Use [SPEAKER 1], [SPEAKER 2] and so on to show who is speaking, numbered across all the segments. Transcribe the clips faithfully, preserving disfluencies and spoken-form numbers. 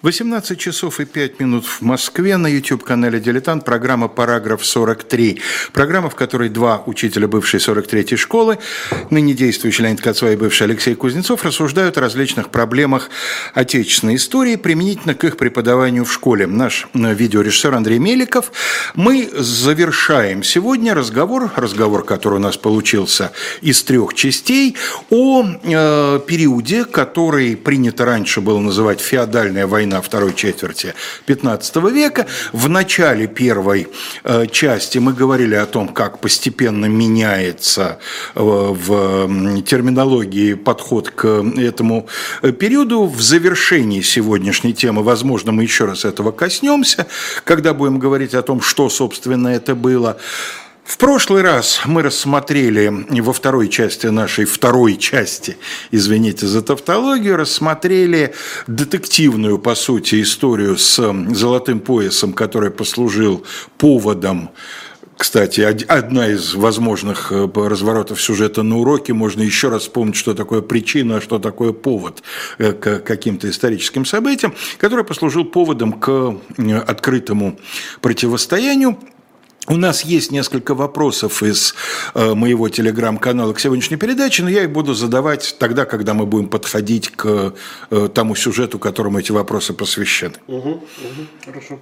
[SPEAKER 1] восемнадцать часов и пять минут в Москве, на YouTube-канале «Дилетант», программа «Параграф сорок три». Программа, в которой два учителя бывшей сорок третьей школы, ныне действующий Леонид Кацва и бывший Алексей Кузнецов, рассуждают о различных проблемах отечественной истории применительно к их преподаванию в школе. Наш видеорежиссер Андрей Меликов. Мы завершаем сегодня разговор, разговор, который у нас получился из трех частей, о э, периоде, который принято раньше было называть «феодальная война» второй четверти пятнадцатого века. В начале первой э, части мы говорили о том, как постепенно меняется э, в терминологии подход к этому периоду. В завершении сегодняшней темы, возможно, мы еще раз этого коснемся, когда будем говорить о том, что, собственно, это было. В прошлый раз мы рассмотрели во второй части нашей второй части, извините за тавтологию, рассмотрели детективную, по сути, историю с золотым поясом, который послужил поводом. Кстати, одна из возможных разворотов сюжета на уроке, можно еще раз вспомнить, что такое причина, а что такое повод к каким-то историческим событиям, который послужил поводом к открытому противостоянию. У нас есть несколько вопросов из э, моего телеграм-канала к сегодняшней передаче, но я их буду задавать тогда, когда мы будем подходить к э, тому сюжету, которому эти вопросы посвящены.
[SPEAKER 2] Угу, угу, хорошо.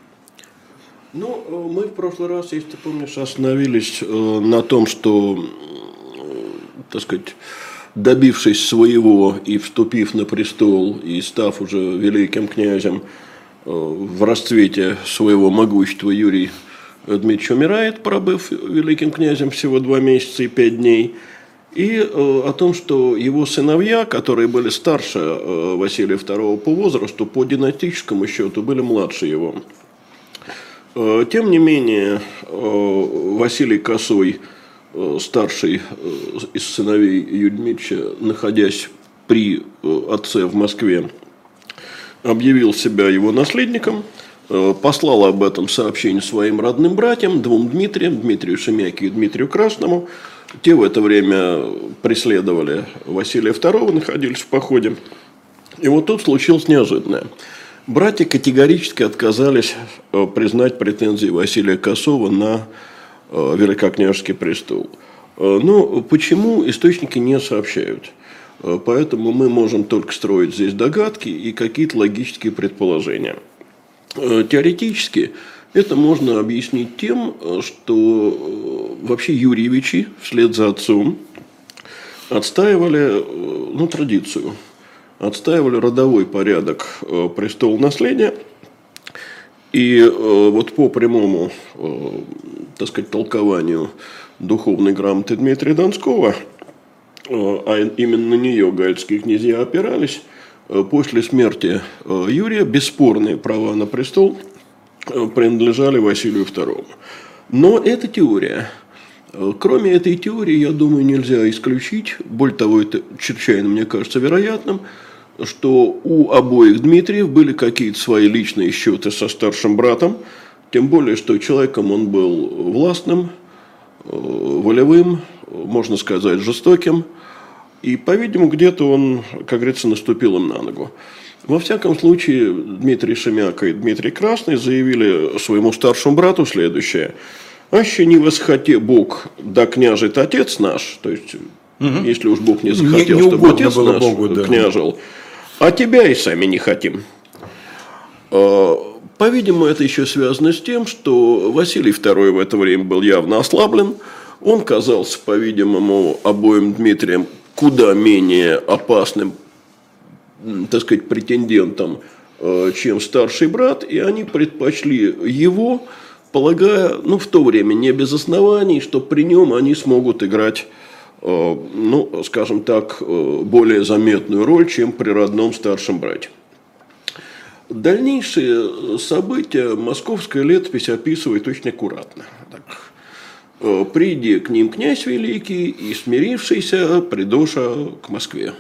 [SPEAKER 2] Ну, мы в прошлый раз, если ты помнишь, остановились э, на том, что, э, так сказать, добившись своего и вступив на престол, и став уже великим князем э, в расцвете своего могущества, Юрий Дмитриевич умирает, пробыв великим князем всего два месяца и пять дней, и э, о том, что его сыновья, которые были старше э, Василия второго по возрасту, по династическому счету были младше его. Э, тем не менее, э, Василий Косой, э, старший э, из сыновей Юрия Дмитриевича, находясь при э, отце в Москве, объявил себя его наследником. Послал об этом сообщение своим родным братьям, двум Дмитриям, Дмитрию Шемяке и Дмитрию Красному. Те в это время преследовали Василия второго, находились в походе. И вот тут случилось неожиданное. Братья категорически отказались признать претензии Василия Косого на великокняжеский престол. Но почему, источники не сообщают. Поэтому мы можем только строить здесь догадки и какие-то логические предположения. Теоретически это можно объяснить тем, что вообще Юрьевичи вслед за отцом отстаивали ну, традицию, отстаивали родовой порядок престола наследия. И вот по прямому, так сказать, толкованию духовной грамоты Дмитрия Донского, а именно на нее галицкие князья опирались, после смерти Юрия бесспорные права на престол принадлежали Василию второму. Но это теория. Кроме этой теории, я думаю, нельзя исключить, более того, это чрезвычайно, мне кажется, вероятным, что у обоих Дмитриев были какие-то свои личные счеты со старшим братом, тем более, что человеком он был властным, волевым, можно сказать, жестоким. И, по-видимому, где-то он, как говорится, наступил им на ногу. Во всяком случае, Дмитрий Шемяка и Дмитрий Красный заявили своему старшему брату следующее. «Аще не восхоте Бог, да княжит отец наш», то есть, угу. если уж Бог не захотел, не, не чтобы отец наш Богу, да. княжил, а тебя и сами не хотим. По-видимому, это еще связано с тем, что Василий второй в это время был явно ослаблен. Он казался, по-видимому, обоим Дмитриям куда менее опасным, так сказать, претендентом, чем старший брат, и они предпочли его, полагая, ну, в то время не без оснований, что при нем они смогут играть, ну, скажем так, более заметную роль, чем при родном старшем брате. Дальнейшие события московская летопись описывает очень аккуратно. Так. «Приди к ним князь великий, и смирившийся придоша к Москве».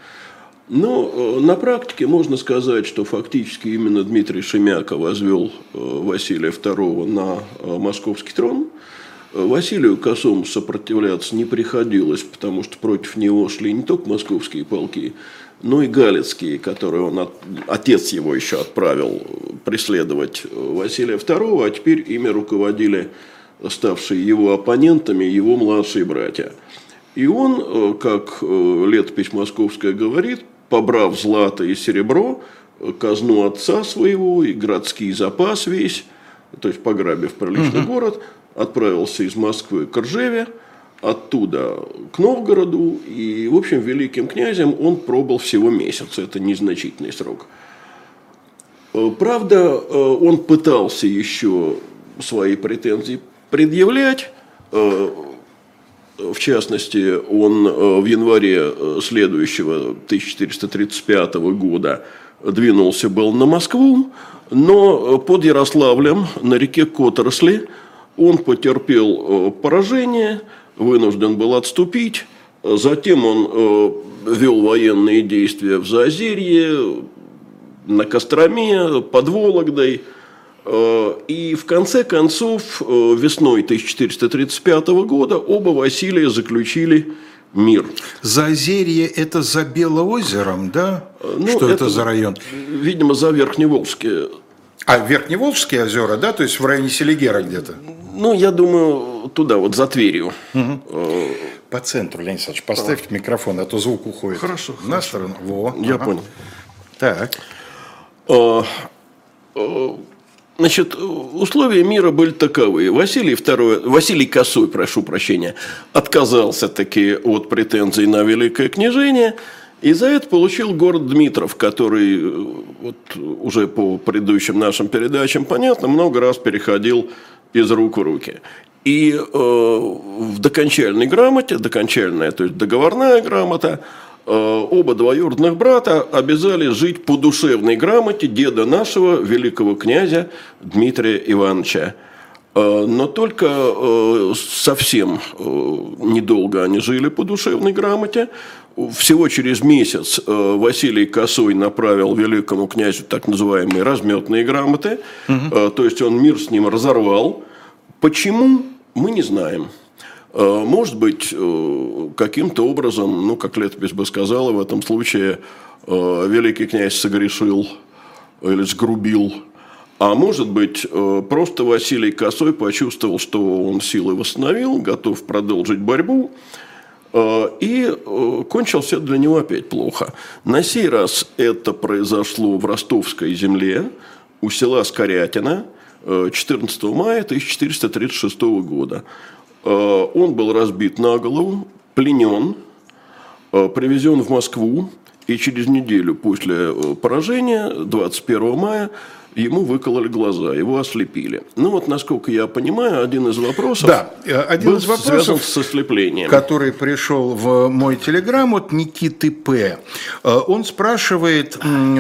[SPEAKER 2] Но на практике можно сказать, что фактически именно Дмитрий Шемяка возвел Василия второго на московский трон. Василию Косому сопротивляться не приходилось, потому что против него шли не только московские полки, ну и галицкие, которые он, от, отец его еще отправил преследовать Василия второго, а теперь ими руководили ставшие его оппонентами его младшие братья. И он, как летопись московская говорит, побрав злато и серебро, казну отца своего и городский запас весь, то есть пограбив приличный угу. город, отправился из Москвы к Ржеве, оттуда к Новгороду, и, в общем, великим князем он пробыл всего месяц, это незначительный срок. Правда, он пытался еще свои претензии предъявлять, в частности, он в январе следующего тысяча четыреста тридцать пятого года двинулся был на Москву, но под Ярославлем на реке Которосли он потерпел поражение, вынужден был отступить. Затем он вел военные действия в Заозерье, на Костроме, под Вологдой. И в конце концов, весной тысяча четыреста тридцать пятого года оба Василия заключили мир.
[SPEAKER 1] Заозерье – это за Белоозером, да? Ну, что это, это за район?
[SPEAKER 2] Видимо, за Верхневолжские.
[SPEAKER 1] А Верхневолжские озера, да? То есть в районе Селигера где-то?
[SPEAKER 2] Ну, я думаю, туда, вот за Тверью.
[SPEAKER 1] Угу. По центру, Леонид Александрович, поставьте а. микрофон, а то звук уходит.
[SPEAKER 2] Хорошо.
[SPEAKER 1] На
[SPEAKER 2] хорошо.
[SPEAKER 1] сторону. Во,
[SPEAKER 2] я
[SPEAKER 1] ага.
[SPEAKER 2] понял.
[SPEAKER 1] Так.
[SPEAKER 2] А, а, значит, условия мира были таковы. Василий второй, Василий Косой, прошу прощения, отказался таки от претензий на Великое княжение. И за это получил город Дмитров, который, вот уже по предыдущим нашим передачам, понятно, много раз переходил из рук в руки. И э, в докончальной грамоте, докончальная, то есть договорная грамота, э, оба двоюродных брата обязали жить по душевной грамоте деда нашего, великого князя Дмитрия Ивановича. Э, но только э, совсем э, недолго они жили по душевной грамоте. Всего через месяц Василий Косой направил великому князю так называемые разметные грамоты, угу. то есть он мир с ним разорвал. Почему, мы не знаем. Может быть, каким-то образом, ну, как летопись бы сказала, в этом случае великий князь согрешил или сгрубил. А может быть, просто Василий Косой почувствовал, что он силы восстановил, готов продолжить борьбу. И кончился для него опять плохо. На сей раз это произошло в Ростовской земле у села Скорятино четырнадцатого мая тысяча четыреста тридцать шестого года. Он был разбит на голову, пленен, привезен в Москву, и через неделю после поражения, двадцать первого мая, ему выкололи глаза, его ослепили. Ну вот, насколько я понимаю, один из вопросов,
[SPEAKER 1] да, один
[SPEAKER 2] был
[SPEAKER 1] из вопросов
[SPEAKER 2] связан с ослеплением.
[SPEAKER 1] Который пришел в мой телеграм от Никиты П. Он спрашивает,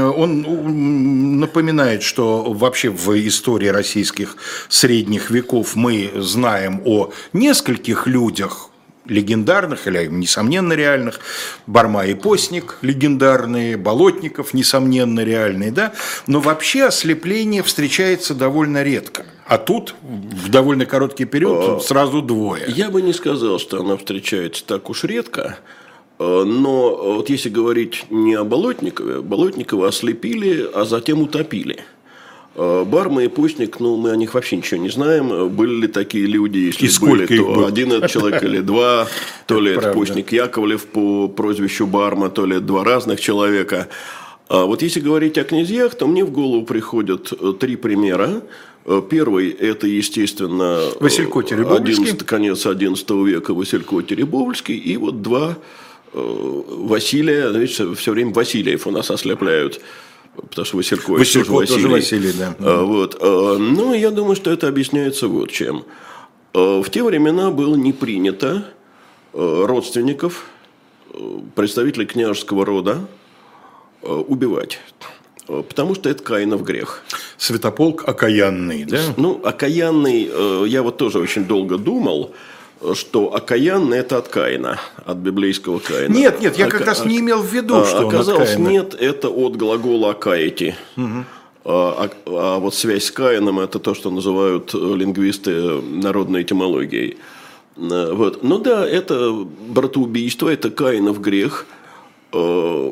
[SPEAKER 1] он напоминает, что вообще в истории российских средних веков мы знаем о нескольких людях, легендарных или, несомненно, реальных. Барма и Постник легендарные, Болотников, несомненно, реальные, да. Но вообще ослепление встречается довольно редко. А тут в довольно короткий период сразу двое.
[SPEAKER 2] Я бы не сказал, что она встречается так уж редко. Но вот если говорить не о Болотникове, Болотникова ослепили, а затем утопили. Барма и Постник, ну, мы о них вообще ничего не знаем. Были ли такие люди, если
[SPEAKER 1] и
[SPEAKER 2] были, то
[SPEAKER 1] был?
[SPEAKER 2] один этот человек или два. То ли это Постник Яковлев по прозвищу Барма, то ли это два разных человека. А вот если говорить о князьях, то мне в голову приходят три примера. Первый – это, естественно,
[SPEAKER 1] Василько Теребовльский.
[SPEAKER 2] конец одиннадцатого века Василько Теребовльский. И вот два Василия, видите, все время Васильев у нас ослепляют. Потому что Василько,
[SPEAKER 1] Василько тоже Василий.
[SPEAKER 2] Тоже
[SPEAKER 1] Василий, да.
[SPEAKER 2] А, вот. а, ну, я думаю, что это объясняется вот чем. А, в те времена было не принято а, родственников, а, представителей княжеского рода а, убивать. А, потому что это Каинов грех.
[SPEAKER 1] Святополк окаянный, да?
[SPEAKER 2] Ну, окаянный, а, я вот тоже очень долго думал, что окаянный – это от Каина, от библейского Каина.
[SPEAKER 1] Нет, нет, я
[SPEAKER 2] а,
[SPEAKER 1] как раз
[SPEAKER 2] а,
[SPEAKER 1] не имел в виду,
[SPEAKER 2] а,
[SPEAKER 1] что
[SPEAKER 2] оказалось,
[SPEAKER 1] он от Каина.
[SPEAKER 2] Нет, это от глагола «акаити». Угу. А, а, а вот связь с Каином – это то, что называют лингвисты народной этимологией. Вот. Ну да, это братоубийство, это Каинов грех.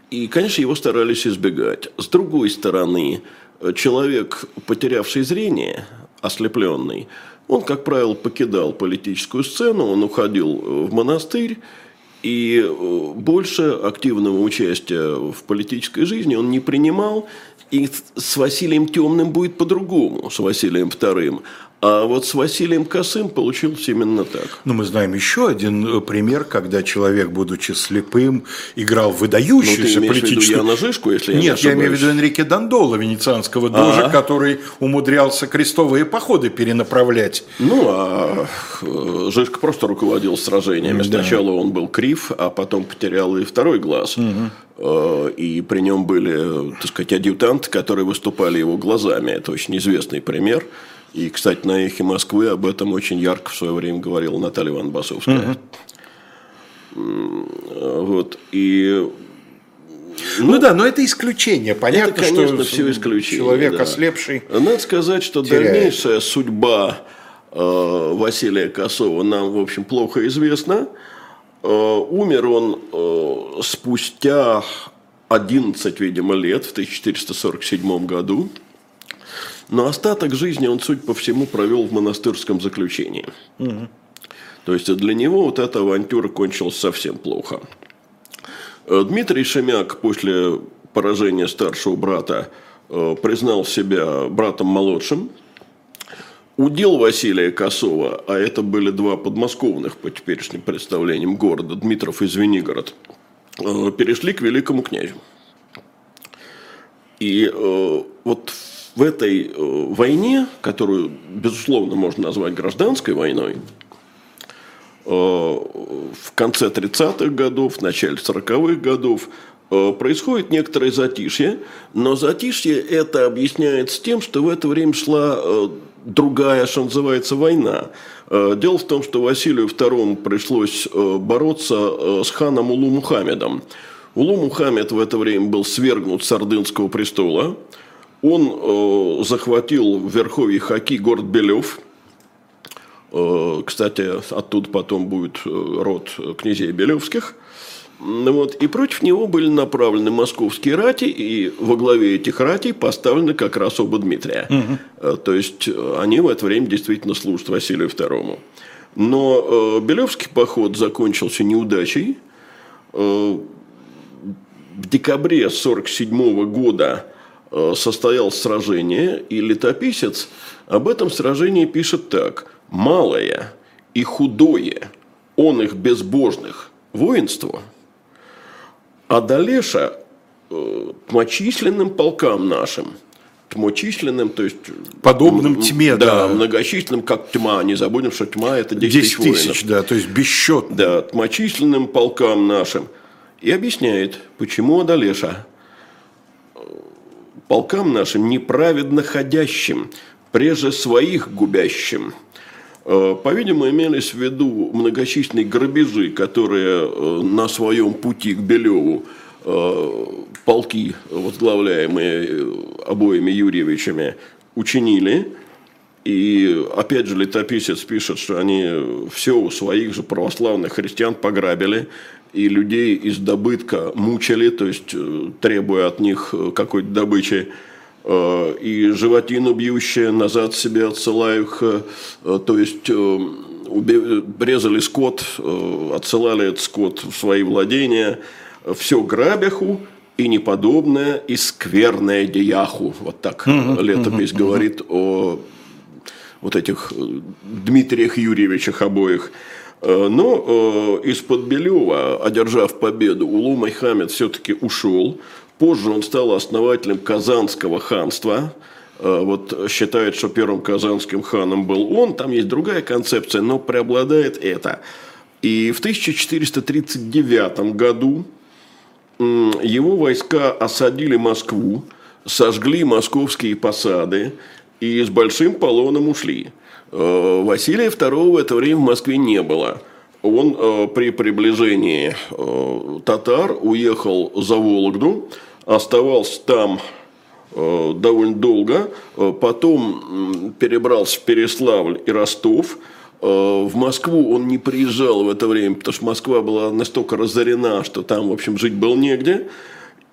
[SPEAKER 2] И, конечно, его старались избегать. С другой стороны, человек, потерявший зрение, ослепленный, он, как правило, покидал политическую сцену, он уходил в монастырь, и больше активного участия в политической жизни он не принимал. И с Василием Темным будет по-другому, с Василием Вторым. А вот с Василием Косым получилось именно так.
[SPEAKER 1] Ну, мы знаем еще один пример, когда человек, будучи слепым, играл в выдающуюся
[SPEAKER 2] ну, ты
[SPEAKER 1] политическую...
[SPEAKER 2] в виду Яна Жишку, если я
[SPEAKER 1] Нет,
[SPEAKER 2] не ошибаюсь?
[SPEAKER 1] я имею в виду Энрике Дандоло, венецианского дожа, А-а-а. который умудрялся крестовые походы перенаправлять.
[SPEAKER 2] Ну, а Жишка просто руководил сражениями. Да. Сначала он был крив, а потом потерял и второй глаз. Угу. И при нем были, так сказать, адъютанты, которые выступали его глазами. Это очень известный пример. И, кстати, на «Эхе Москвы» об этом очень ярко в свое время говорила Наталья Ивановна Басовская. Угу. Вот. И...
[SPEAKER 1] Ну, ну да, но это исключение. Понятно,
[SPEAKER 2] это, конечно,
[SPEAKER 1] что
[SPEAKER 2] все исключение,
[SPEAKER 1] человек
[SPEAKER 2] да.
[SPEAKER 1] ослепший.
[SPEAKER 2] Надо сказать, что теряет. Дальнейшая судьба э, Василия Косого нам, в общем, плохо известна. Э, умер он э, спустя одиннадцать, видимо, лет, в тысяча четыреста сорок седьмом году. Но остаток жизни он, судя по всему, провел в монастырском заключении. Угу. То есть для него вот эта авантюра кончилась совсем плохо. Дмитрий Шемяк после поражения старшего брата признал себя братом молодшим. Удел Василия Косого, а это были два подмосковных по теперешним представлениям города, Дмитров и Звенигород, перешли к великому князю. И вот в этой войне, которую, безусловно, можно назвать гражданской войной, в конце тридцатых годов, в начале сороковых годов происходит некоторое затишье, но затишье это объясняется тем, что в это время шла другая, что называется, война. Дело в том, что Василию Второму пришлось бороться с ханом Улу Мухаммедом. Улу Мухаммед в это время был свергнут с ордынского престола. Он захватил в верховье Хаки город Белев. Кстати, оттуда потом будет род князей Белевских. Вот. И против него были направлены московские рати, и во главе этих ратей поставлены как раз оба Дмитрия. Угу. То есть они в это время действительно служат Василию Второму. Но Белевский поход закончился неудачей. В декабре сорок седьмого года состоялось сражение, и летописец об этом сражении пишет так: «Малое и худое он их безбожных воинство одолеша э, тмочисленным полкам нашим». Тмочисленным, то есть...
[SPEAKER 1] Подобным тьме,
[SPEAKER 2] да.
[SPEAKER 1] Да,
[SPEAKER 2] многочисленным, как тьма. Не забудем, что тьма – это десять тысяч воинов.
[SPEAKER 1] десять тысяч, да, то есть бесчетно.
[SPEAKER 2] Да, тмочисленным полкам нашим. И объясняет, почему одолеша полкам нашим неправедно ходящим, преже своих губящим. По-видимому, имелись в виду многочисленные грабежи, которые на своем пути к Белеву полки, возглавляемые обоими Юрьевичами, учинили. И опять же летописец пишет, что они все у своих же православных христиан пограбили, и людей из добытка мучили, то есть требуя от них какой-то добычи. И животину бьющие назад себе отсылая их, то есть резали скот, отсылали этот скот в свои владения, все грабяху и неподобное, и скверное деяху. Вот так летопись говорит о вот этих Дмитриях Юрьевичах обоих. Но из-под Белева, одержав победу, Улу Мухаммед все-таки ушел. Позже он стал основателем Казанского ханства. Вот считает, что первым казанским ханом был он. Там есть другая концепция, но преобладает это. И в тысяча четыреста тридцать девятом году его войска осадили Москву, сожгли московские посады и с большим полоном ушли. Василия Второго в это время в Москве не было. Он э, при приближении э, татар уехал за Вологду, оставался там э, довольно долго, э, потом э, перебрался в Переславль и Ростов. Э, в Москву он не приезжал в это время, потому что Москва была настолько разорена, что там, в общем, жить было негде.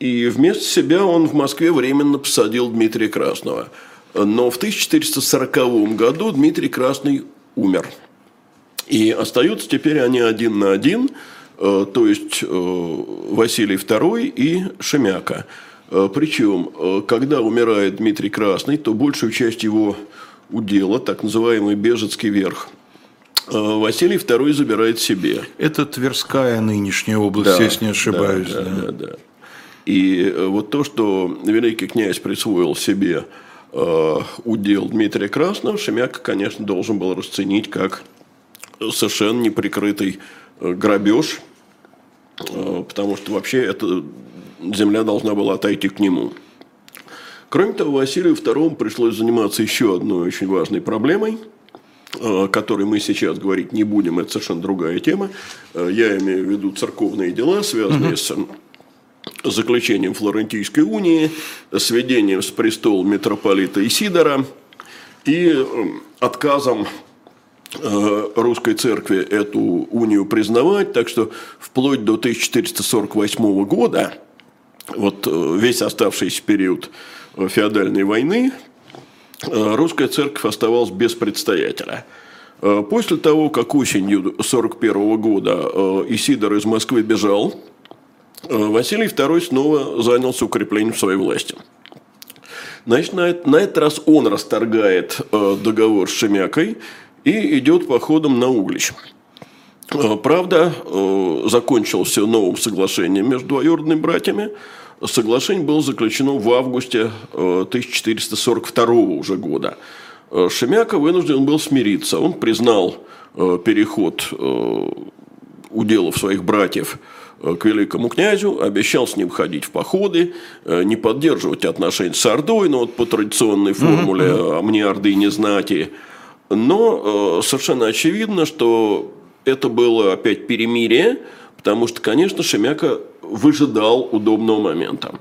[SPEAKER 2] И вместо себя он в Москве временно посадил Дмитрия Красного. Но в тысяча четыреста сороковом году Дмитрий Красный умер. И остаются теперь они один на один, то есть Василий второй и Шемяка. Причем, когда умирает Дмитрий Красный, то большую часть его удела, так называемый Бежецкий верх, Василий второй забирает себе.
[SPEAKER 1] Это Тверская нынешняя область, да, если не ошибаюсь.
[SPEAKER 2] Да, да, да, да. И вот то, что великий князь присвоил себе э, удел Дмитрия Красного, Шемяка, конечно, должен был расценить как совершенно неприкрытый грабеж, э, потому что вообще эта земля должна была отойти к нему. Кроме того, Василию второму пришлось заниматься еще одной очень важной проблемой, о которой мы сейчас говорить не будем, это совершенно другая тема. Я имею в виду церковные дела, связанные uh-huh. с заключением Флорентийской унии, с введением с престола митрополита Исидора и отказом русской церкви эту унию признавать. Так что вплоть до тысяча четыреста сорок восьмого года, вот весь оставшийся период феодальной войны, русская церковь оставалась без предстоятеля. После того, как осенью сорок первого года Исидор из Москвы бежал, Василий второй снова занялся укреплением своей власти. Значит, на этот раз он расторгает договор с Шемякой и идет походом на Углич. Правда, закончился новым соглашением между двоюродными братьями. Соглашение было заключено в августе тысяча четыреста сорок второго уже года. Шемяка вынужден был смириться. Он признал переход уделов своих братьев к великому князю, обещал с ним ходить в походы, не поддерживать отношения с Ордой, но вот по традиционной формуле «а мне Орды не знати». Но совершенно очевидно, что это было опять перемирие, потому что, конечно, Шемяка выжидал удобного момента.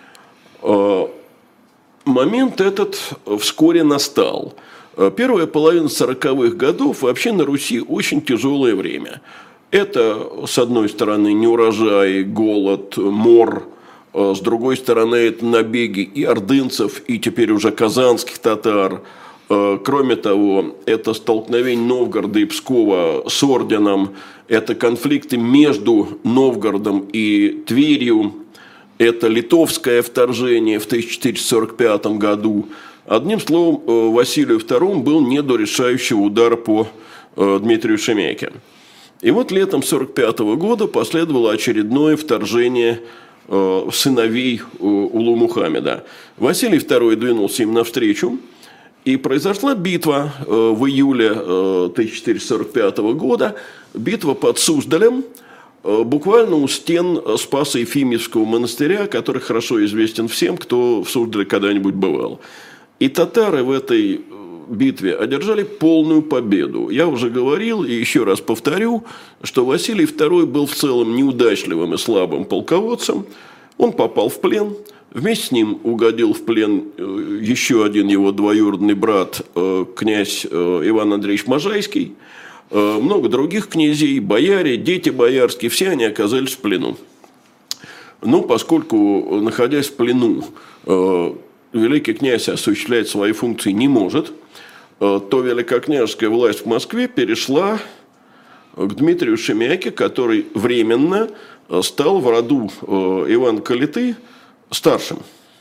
[SPEAKER 2] Момент этот вскоре настал. Первая половина сороковых годов вообще на Руси очень тяжелое время. Это, с одной стороны, неурожай, голод, мор. С другой стороны, это набеги и ордынцев, и теперь уже казанских татар. Кроме того, это столкновение Новгорода и Пскова с орденом, это конфликты между Новгородом и Тверью, это литовское вторжение в тысяча четыреста сорок пятом году. Одним словом, Василию второму был не до решающего удара по Дмитрию Шемяке. И вот летом сорок пятого года последовало очередное вторжение сыновей Улу-Мухаммеда. Василий второй двинулся им навстречу. И произошла битва в июле тысяча четыреста сорок пятого года, битва под Суздалем, буквально у стен Спасо-Ефимьевского монастыря, который хорошо известен всем, кто в Суздале когда-нибудь бывал. И татары в этой битве одержали полную победу. Я уже говорил и еще раз повторю, что Василий второй был в целом неудачливым и слабым полководцем. Он попал в плен. Вместе с ним угодил в плен еще один его двоюродный брат, князь Иван Андреевич Можайский. Много других князей, бояре, дети боярские, все они оказались в плену. Но поскольку, находясь в плену, великий князь осуществлять свои функции не может, то великокняжеская власть в Москве перешла к Дмитрию Шемяке, который временно стал в роду Ивана Калиты старшим.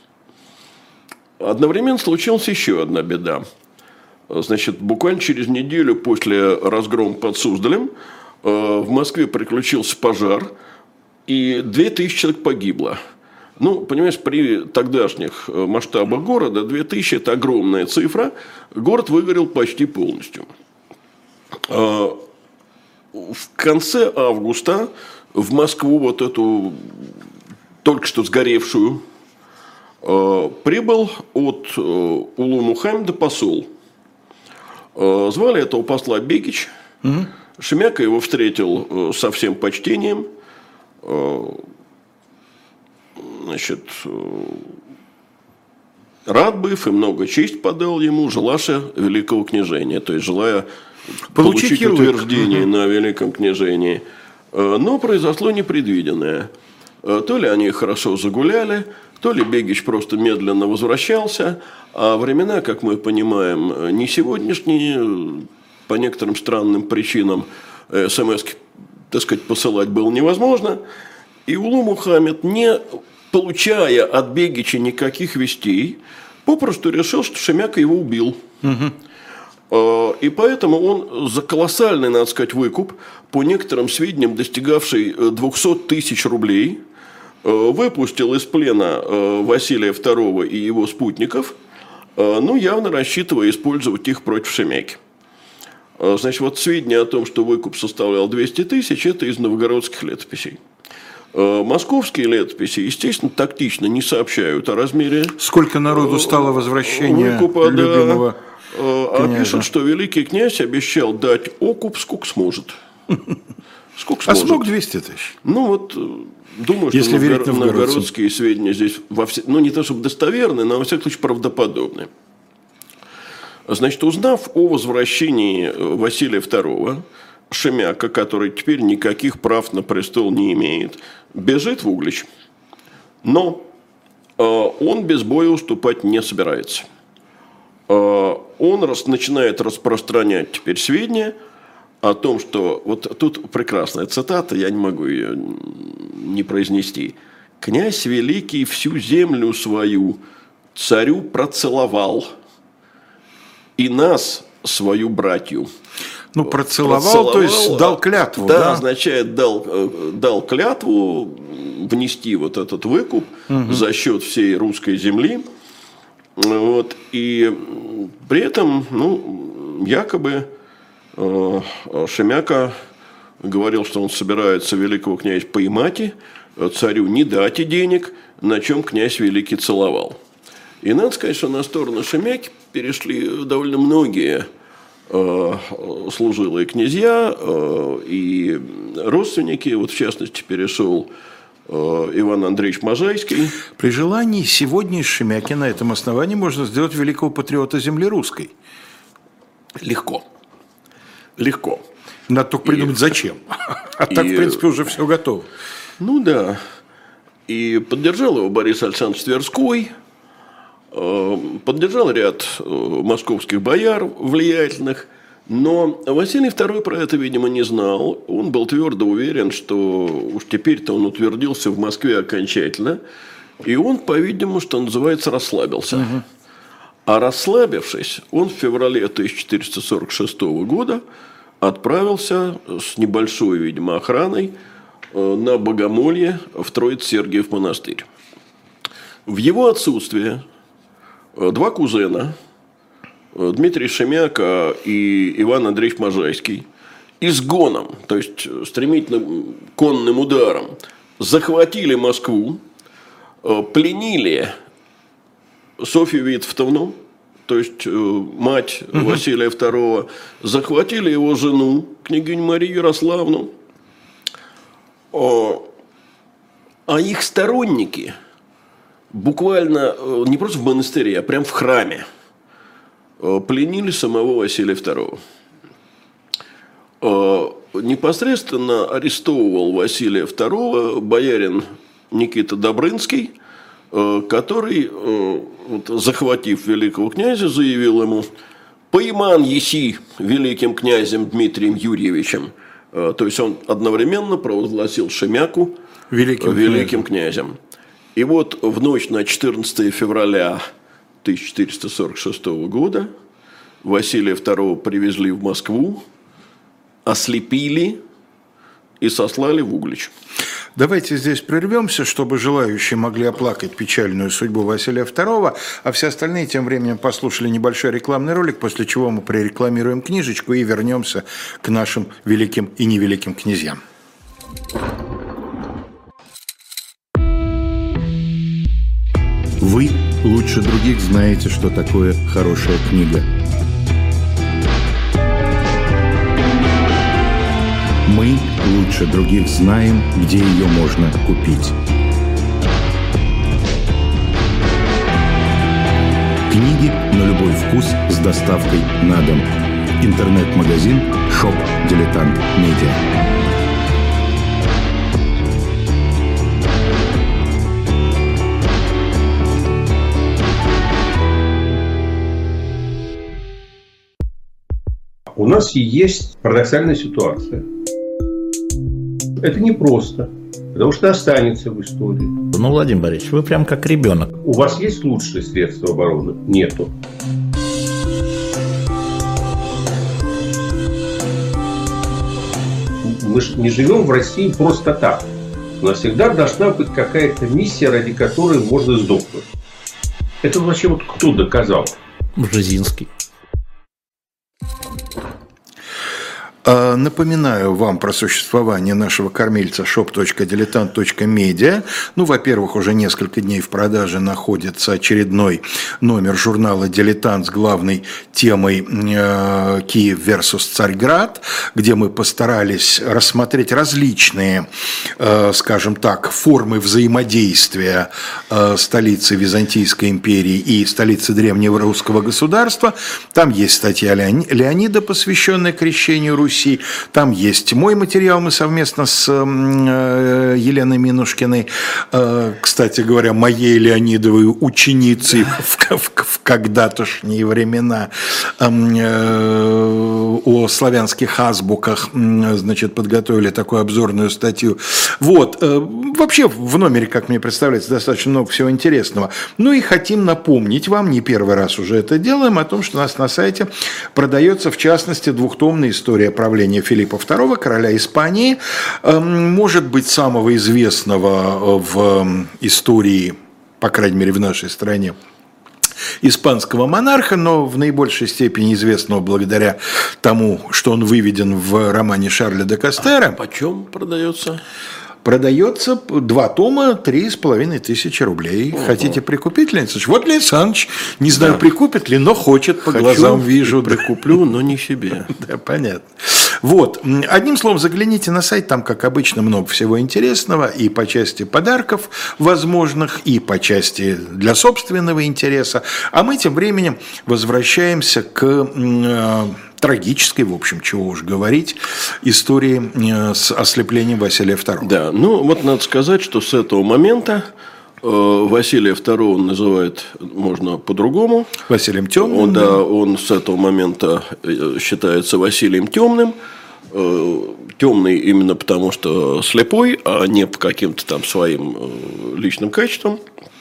[SPEAKER 2] Одновременно случилась еще одна беда. Значит, буквально через неделю после разгрома под Суздалем в Москве приключился пожар, и две тысячи человек погибло. Ну, понимаешь, при тогдашних масштабах города две тысячи – это огромная цифра. Город выгорел почти полностью. В конце августа в Москву, вот эту только что сгоревшую, прибыл от Улу-Мухаммеда посол. Звали этого посла Бекич. Угу. Шемяка его встретил со всем почтением. Значит, рад быв и много честь подал ему, желаша великого княжения, то есть желая получить, получить утверждение угу. на великом княжении. Но произошло непредвиденное. То ли они хорошо загуляли, то ли Бегич просто медленно возвращался, а времена, как мы понимаем, не сегодняшние, по некоторым странным причинам смс-ки, так сказать, посылать было невозможно. И Улу Мухаммед, не получая от Бегича никаких вестей, попросту решил, что Шемяка его убил. Угу. И поэтому он за колоссальный, надо сказать, выкуп, по некоторым сведениям достигавший двухсот тысяч рублей, выпустил из плена Василия второго и его спутников, ну, явно рассчитывая использовать их против Шемяки. Значит, вот сведения о том, что выкуп составлял двести тысяч, это из новгородских летописей. Московские летописи, естественно, тактично не сообщают о размере.
[SPEAKER 1] Сколько народу стало возвращение
[SPEAKER 2] выкупа,
[SPEAKER 1] любимого
[SPEAKER 2] да, а пишут, что великий князь обещал дать окуп, сколько сможет. Сколько
[SPEAKER 1] а
[SPEAKER 2] сможет.
[SPEAKER 1] смог двести тысяч?
[SPEAKER 2] Ну вот, думаю, что
[SPEAKER 1] если
[SPEAKER 2] новгор... новгородские сведения здесь, во вс... ну не то чтобы достоверные, но во всяком случае правдоподобные. Значит, узнав о возвращении Василия второго, Шемяка, который теперь никаких прав на престол не имеет, бежит в Углич, но э, он без боя уступать не собирается. Э, он рас, начинает распространять теперь сведения о том, что... Вот тут прекрасная цитата, я не могу ее не произнести. «Князь великий всю землю свою царю процеловал, и нас, свою братью».
[SPEAKER 1] Ну, процеловал, процеловал, то есть дал клятву, да?
[SPEAKER 2] Да, означает, дал, дал клятву внести вот этот выкуп угу. за счет всей русской земли. Вот, и при этом, ну, якобы э, Шемяка говорил, что он собирается великого князя поймать, царю не дать и денег, на чем князь великий целовал. И надо сказать, что на сторону Шемяки перешли довольно многие служилые князья и родственники. Вот в частности перешел Иван Андреевич Можайский.
[SPEAKER 1] При желании сегодня из Шемяки на этом основании можно сделать великого патриота земли русской.
[SPEAKER 2] Легко. Легко.
[SPEAKER 1] Надо только придумать, и, зачем. А и, так, в принципе, уже все готово.
[SPEAKER 2] Ну да. И поддержал его Борис Александрович Тверской. Поддержал ряд московских бояр влиятельных, но Василий второй про это, видимо, не знал. Он был твердо уверен, что уж теперь-то он утвердился в Москве окончательно, и он, по-видимому, что называется, расслабился. Угу. А расслабившись, он в феврале тысяча четыреста сорок шестого года отправился с небольшой, видимо, охраной на Богомолье в Троице-Сергиев монастырь. В его отсутствие два кузена, Дмитрий Шемяка и Иван Андреевич Можайский, изгоном, то есть стремительным конным ударом, захватили Москву, пленили Софью Витовтовну, то есть мать угу. Василия второго, захватили его жену, княгиню Марию Ярославну, а их сторонники... буквально не просто в монастыре, а прям в храме пленили самого Василия второго. Непосредственно арестовывал Василия второго боярин Никита Добрынский, который, захватив великого князя, заявил ему: «Пойман еси великим князем Дмитрием Юрьевичем». То есть он одновременно провозгласил Шемяку великим, великим князем. И вот в ночь на четырнадцатое февраля тысяча четыреста сорок шестого года Василия второго привезли в Москву, ослепили и сослали в Углич.
[SPEAKER 1] Давайте здесь прервемся, чтобы желающие могли оплакать печальную судьбу Василия второго, а все остальные тем временем послушали небольшой рекламный ролик, после чего мы прорекламируем книжечку и вернемся к нашим великим и невеликим князьям. Вы лучше других знаете, что такое хорошая книга. Мы лучше других знаем, где ее можно купить. Книги на любой вкус с доставкой на дом. Интернет-магазин Shop Dilettant Media.
[SPEAKER 3] у нас и есть парадоксальная ситуация. Это непросто, потому что останется в истории.
[SPEAKER 4] Ну, Владимир Борисович, вы прям как ребенок.
[SPEAKER 3] У вас есть лучшие средства обороны? Нету. Мы же не живем в России просто так. У нас всегда должна быть какая-то миссия, ради которой можно сдохнуть. Это вообще вот кто доказал?
[SPEAKER 4] Бжезинский.
[SPEAKER 1] Напоминаю вам про существование нашего кормильца шоп точка дилетант точка медиа. Ну, во-первых, уже несколько дней в продаже находится очередной номер журнала «Дилетант» с главной темой э, «Киев versus Царьград», где мы постарались рассмотреть различные, э, скажем так, формы взаимодействия э, столицы Византийской империи и столицы Древнего Русского государства. Там есть статья Леонида, посвященная крещению Руси. Там есть мой материал, мы совместно с э, Еленой Минушкиной, э, кстати говоря, моей Леонидовой ученицей в, в, в когда-тошние времена, э, э, о славянских азбуках, э, значит, подготовили такую обзорную статью. Вот, э, вообще в номере, как мне представляется, достаточно много всего интересного. Ну и хотим напомнить вам, не первый раз уже это делаем, о том, что у нас на сайте продается, в частности, двухтомная история правления Филиппа второго, короля Испании, может быть, самого известного в истории, по крайней мере, в нашей стране, испанского монарха, но в наибольшей степени известного благодаря тому, что он выведен в романе Шарля де Кастера.
[SPEAKER 2] А почем продается?
[SPEAKER 1] Продается два тома, три с половиной тысячи рублей. Ого. Хотите прикупить, Леонид Александрович? Вот Леонид Александрович, не знаю, да. прикупит ли, но хочет, по Хочу, глазам вижу.
[SPEAKER 2] Прикуплю, но не себе.
[SPEAKER 1] Да, понятно. Вот. Одним словом, загляните на сайт, там, как обычно, много всего интересного, и по части подарков возможных, и по части для собственного интереса. А мы тем временем возвращаемся к э, трагической, в общем, чего уж говорить, истории э, с ослеплением Василия второго.
[SPEAKER 2] Да, ну вот надо сказать, что с этого момента э, Василия второго называют, можно по-другому.
[SPEAKER 1] Василием Темным.
[SPEAKER 2] Он, да, он с этого момента считается Василием Темным. Темный именно потому, что слепой, а не по каким-то там своим личным качествам.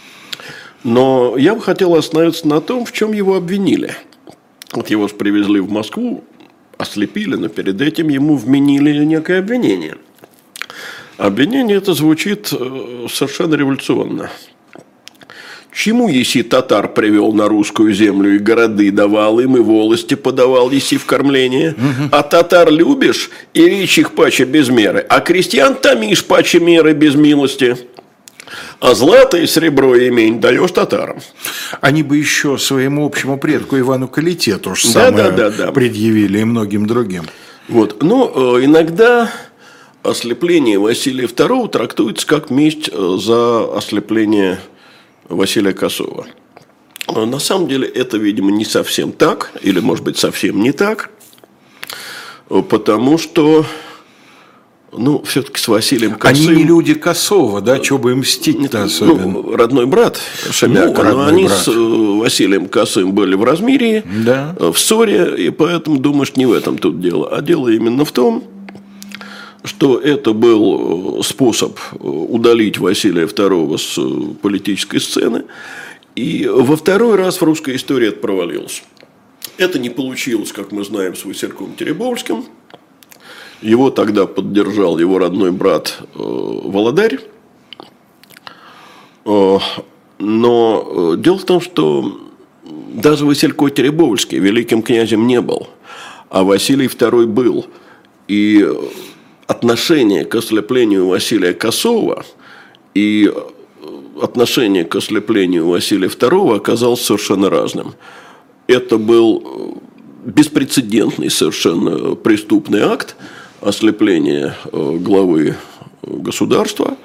[SPEAKER 2] Но я бы хотел остановиться на том, в чем его обвинили. Вот его привезли в Москву, ослепили, но перед этим ему вменили некое обвинение. Обвинение это звучит совершенно революционно. Чему еси татар привел на русскую землю и города давал им, и волости подавал еси в кормление? Угу. А татар любишь, и речь их паче без меры, а крестьян томишь паче меры без милости. А злато и серебро и имень даешь татарам.
[SPEAKER 1] Они бы еще своему общему предку Ивану Калите то же
[SPEAKER 2] да,
[SPEAKER 1] самое
[SPEAKER 2] да, да, да.
[SPEAKER 1] предъявили и многим другим.
[SPEAKER 2] Вот. Но иногда ослепление Василия второго трактуется как месть за ослепление Василия Косого. На самом деле это, видимо, не совсем так, или, может быть, совсем не так, потому что, ну, все-таки с Василием Косым...
[SPEAKER 1] Они не люди Косова, да, что бы им мстить-то особенно?
[SPEAKER 2] Ну, родной брат Шемяка, ну, но они брат. С Василием Косым были в размирии, да. в ссоре, и поэтому, думаешь, не в этом тут дело, а дело именно в том, что это был способ удалить Василия второго с политической сцены. И во второй раз в русской истории это провалилось. Это не получилось, как мы знаем, с Васильком Теребовским. Его тогда поддержал его родной брат Володарь. Но дело в том, что даже Василько Теребовский великим князем не был, а Василий второй был. И отношение к ослеплению Василия Косого и отношение к ослеплению Василия второго оказалось совершенно разным. Это был беспрецедентный совершенно преступный акт ослепления главы государства.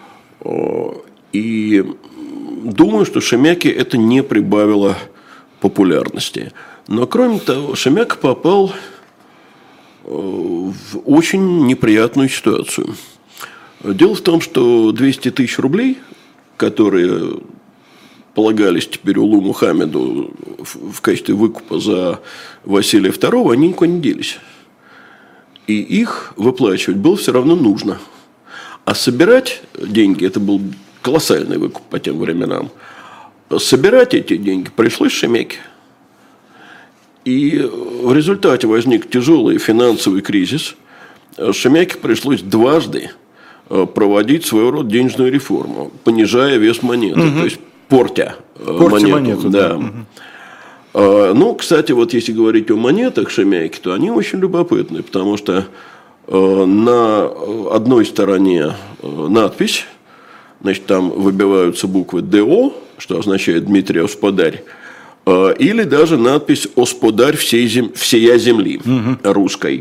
[SPEAKER 2] И думаю, что Шемяке это не прибавило популярности. Но кроме того, Шемяка попал в очень неприятную ситуацию. Дело в том, что двести тысяч рублей, которые полагались теперь Улу Мухаммеду в качестве выкупа за Василия второго, они никуда не делись. И их выплачивать было все равно нужно. А собирать деньги, это был колоссальный выкуп по тем временам, собирать эти деньги пришлось Шемяке. И в результате возник тяжелый финансовый кризис. Шемяке пришлось дважды проводить своего рода денежную реформу, понижая вес монеты, угу. то есть портя монету. монету да. Угу. Ну, кстати, вот если говорить о монетах Шемяке, то они очень любопытны, потому что на одной стороне надпись, значит, там выбиваются буквы ДО, что означает Дмитрий Осподарь, или даже надпись «Осподарь всей зем... всея земли» угу. русской.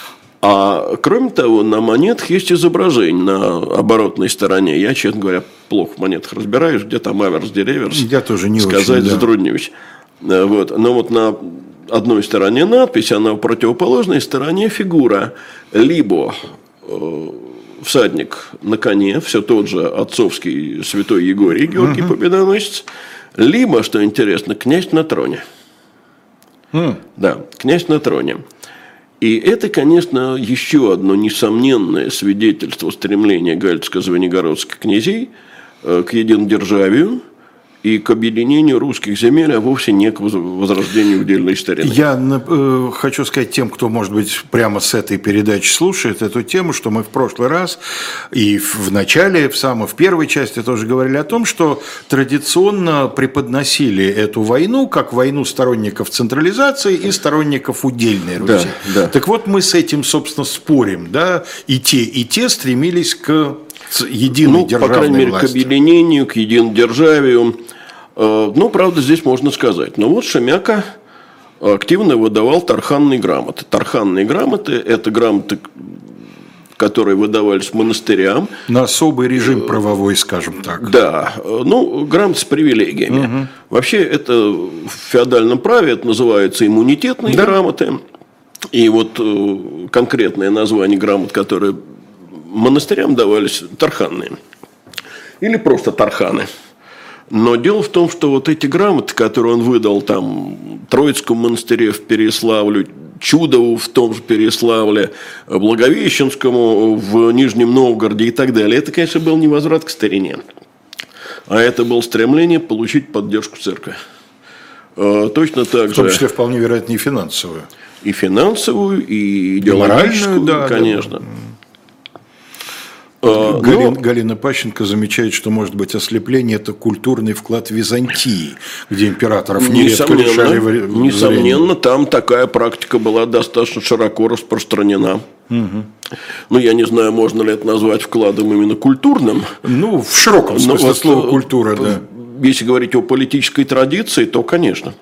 [SPEAKER 2] А кроме того, на монетах есть изображение на оборотной стороне. Я, честно говоря, плохо в монетах разбираюсь, где там аверс, где реверс.
[SPEAKER 1] Я тоже не
[SPEAKER 2] сказать
[SPEAKER 1] очень, да.
[SPEAKER 2] затруднюсь. Вот. Но вот на одной стороне надпись, а на противоположной стороне фигура. Либо э, всадник на коне, все тот же отцовский святой Егорий, Георгий угу. Победоносец, либо, что интересно, князь на троне. Mm. Да, князь на троне. И это, конечно, еще одно несомненное свидетельство стремления галицко-звенигородских князей к единодержавию и к объединению русских земель, а вовсе не к возрождению удельной старины.
[SPEAKER 1] Я э, хочу сказать тем, кто, может быть, прямо с этой передачи слушает эту тему, что мы в прошлый раз и в начале, в самой в первой части тоже говорили о том, что традиционно преподносили эту войну как войну сторонников централизации и сторонников удельной Руси. Да, да. Так вот, мы с этим, собственно, спорим, да, и те, и те стремились к единой
[SPEAKER 2] ну,
[SPEAKER 1] державной
[SPEAKER 2] по крайней мере,
[SPEAKER 1] власти.
[SPEAKER 2] К объединению, к единодержавию. Ну, правда, здесь можно сказать. Но вот Шемяка активно выдавал тарханные грамоты. Тарханные грамоты – это грамоты, которые выдавались монастырям.
[SPEAKER 1] На особый режим правовой, скажем так.
[SPEAKER 2] Да. Ну, грамоты с привилегиями. Угу. Вообще, это в феодальном праве это называется иммунитетные да. грамоты. И вот конкретное название грамот, которые монастырям давались, тарханные. Или просто тарханы. Но дело в том, что вот эти грамоты, которые он выдал там Троицкому монастыре в Переяславле, Чудову в том же Переяславле, Благовещенскому в Нижнем Новгороде и так далее, это, конечно, был не возврат к старине, а это было стремление получить поддержку церкви. Точно так же.
[SPEAKER 1] В том числе, вполне вероятно, и финансовую.
[SPEAKER 2] И финансовую, и идеологическую, да, конечно. Да.
[SPEAKER 1] Галина, Но... Галина Пащенко замечает, что, может быть, ослепление – это культурный вклад Византии, где императоров нередко лишали зрения.
[SPEAKER 2] Несомненно, там такая практика была достаточно широко распространена. Угу. Ну, я не знаю, можно ли это назвать вкладом именно культурным.
[SPEAKER 1] Ну, в широком смысле вот, слова культура, да.
[SPEAKER 2] Если говорить о политической традиции, то, конечно.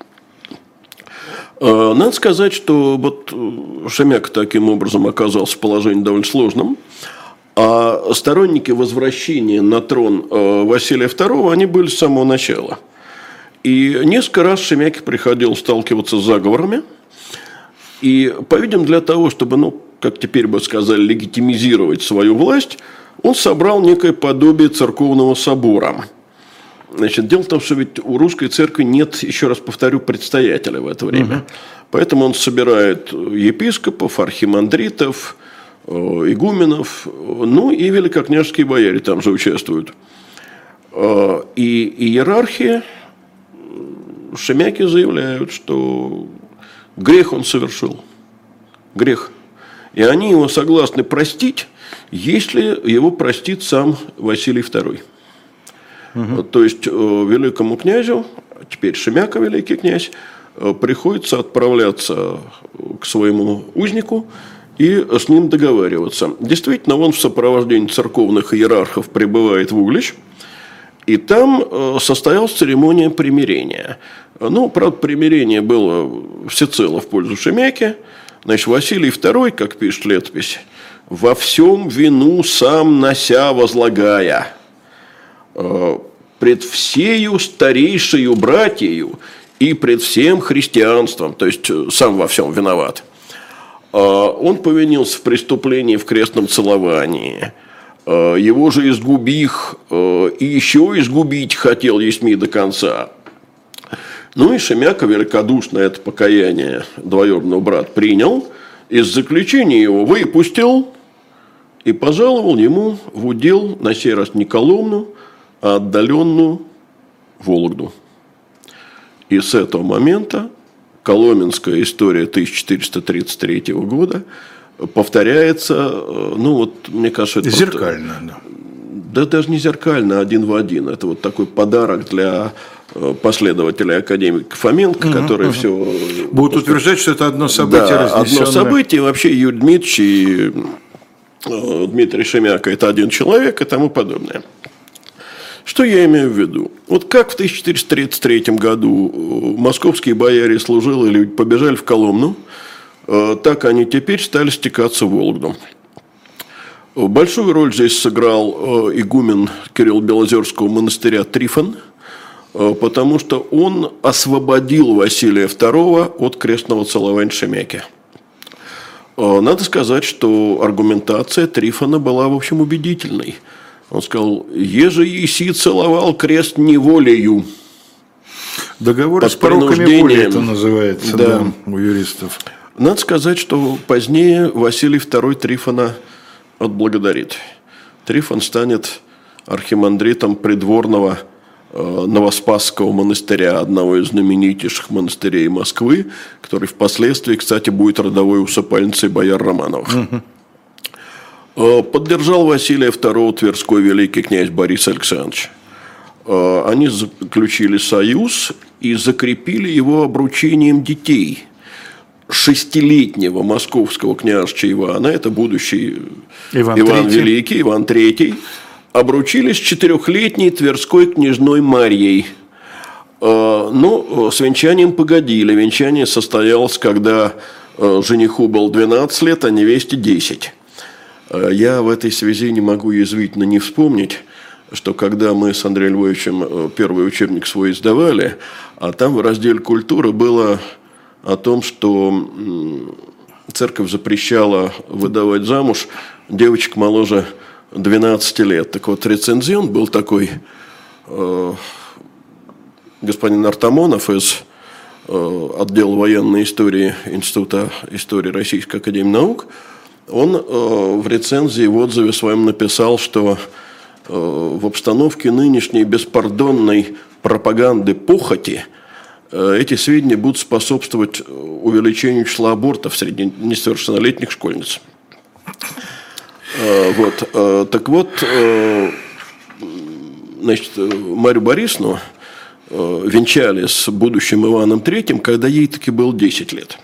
[SPEAKER 2] Надо сказать, что вот Шемяка таким образом оказался в положении довольно сложном. А сторонники возвращения на трон Василия второго, они были с самого начала. И несколько раз Шемяке приходилось сталкиваться с заговорами. И, по-видимому, для того, чтобы, ну, как теперь бы сказали, легитимизировать свою власть, он собрал некое подобие церковного собора. Значит, дело в том, что ведь у русской церкви нет, еще раз повторю, предстоятеля в это время. Угу. Поэтому он собирает епископов, архимандритов, игуменов, ну и великокняжеские бояре там же участвуют. И иерархи Шемяке заявляют, что грех он совершил. Грех. И они его согласны простить, если его простит сам Василий второй. Угу. То есть великому князю, теперь Шемяка великий князь, приходится отправляться к своему узнику и с ним договариваться. Действительно, он в сопровождении церковных иерархов прибывает в Углич, и там состоялась церемония примирения. Ну, правда, примирение было всецело в пользу Шемяки. Значит, Василий второй, как пишет летопись, во всем вину сам нося возлагая, пред всею старейшею братьею и пред всем христианством, то есть сам во всем виноват. Он повинился в преступлении в крестном целовании, Его же изгубих, и еще изгубить хотел есми до конца. Ну и Шемяка великодушно это покаяние двоюродного брата принял, из заключения его выпустил и пожаловал ему в удел на сей раз не Коломну, а отдаленную Вологду. И с этого момента коломенская история тысяча четыреста тридцать третьего года повторяется, ну вот, мне кажется, это
[SPEAKER 1] зеркально,
[SPEAKER 2] просто, да. Да даже не зеркально, а один в один. Это вот такой подарок для последователей академика Фоменко, угу, которые угу. все...
[SPEAKER 1] Будут просто утверждать, что это одно событие,
[SPEAKER 2] да, разнесенное. Одно событие. Вообще Юрий Дмитриевич и Дмитрий Шемяка – это один человек и тому подобное. Что я имею в виду? Вот как в тысяча четыреста тридцать третьем году московские бояре служилые люди побежали в Коломну, так они теперь стали стекаться в Вологду. Большую роль здесь сыграл игумен Кирилл Белозерского монастыря Трифон, потому что он освободил Василия второго от крестного целования Шемяки. Надо сказать, что аргументация Трифона была, в общем, убедительной. Он сказал: «Еже еси целовал крест неволею».
[SPEAKER 1] Договор с пороками воли это называется, да. Да, у юристов.
[SPEAKER 2] Надо сказать, что позднее Василий второй Трифона отблагодарит. Трифон станет архимандритом придворного Новоспасского монастыря, одного из знаменитейших монастырей Москвы, который впоследствии, кстати, будет родовой усыпальницей бояр Романовых. Угу. Поддержал Василия второго Тверской великий князь Борис Александрович. Они заключили союз и закрепили его обручением детей. Шестилетнего московского княжича Ивана, это будущий Иван, Иван Великий, Иван Третий, обручились с четырехлетней Тверской княжной Марьей. Но с венчанием погодили. Венчание состоялось, когда жениху было двенадцать лет, а невесте десять. Я в этой связи не могу язвительно не вспомнить, что когда мы с Андреем Львовичем первый учебник свой издавали, а там в разделе «Культура» было о том, что церковь запрещала выдавать замуж девочек моложе двенадцати лет. Так вот, рецензент был такой э, господин Артамонов из э, отдела военной истории Института истории Российской академии наук. Он э, в рецензии в отзыве своем написал, что э, в обстановке нынешней беспардонной пропаганды похоти э, эти сведения будут способствовать увеличению числа абортов среди несовершеннолетних школьниц. Э, вот, э, так вот, э, значит, Марью Борисовну э, венчали с будущим Иваном Третьим, когда ей таки было десять лет.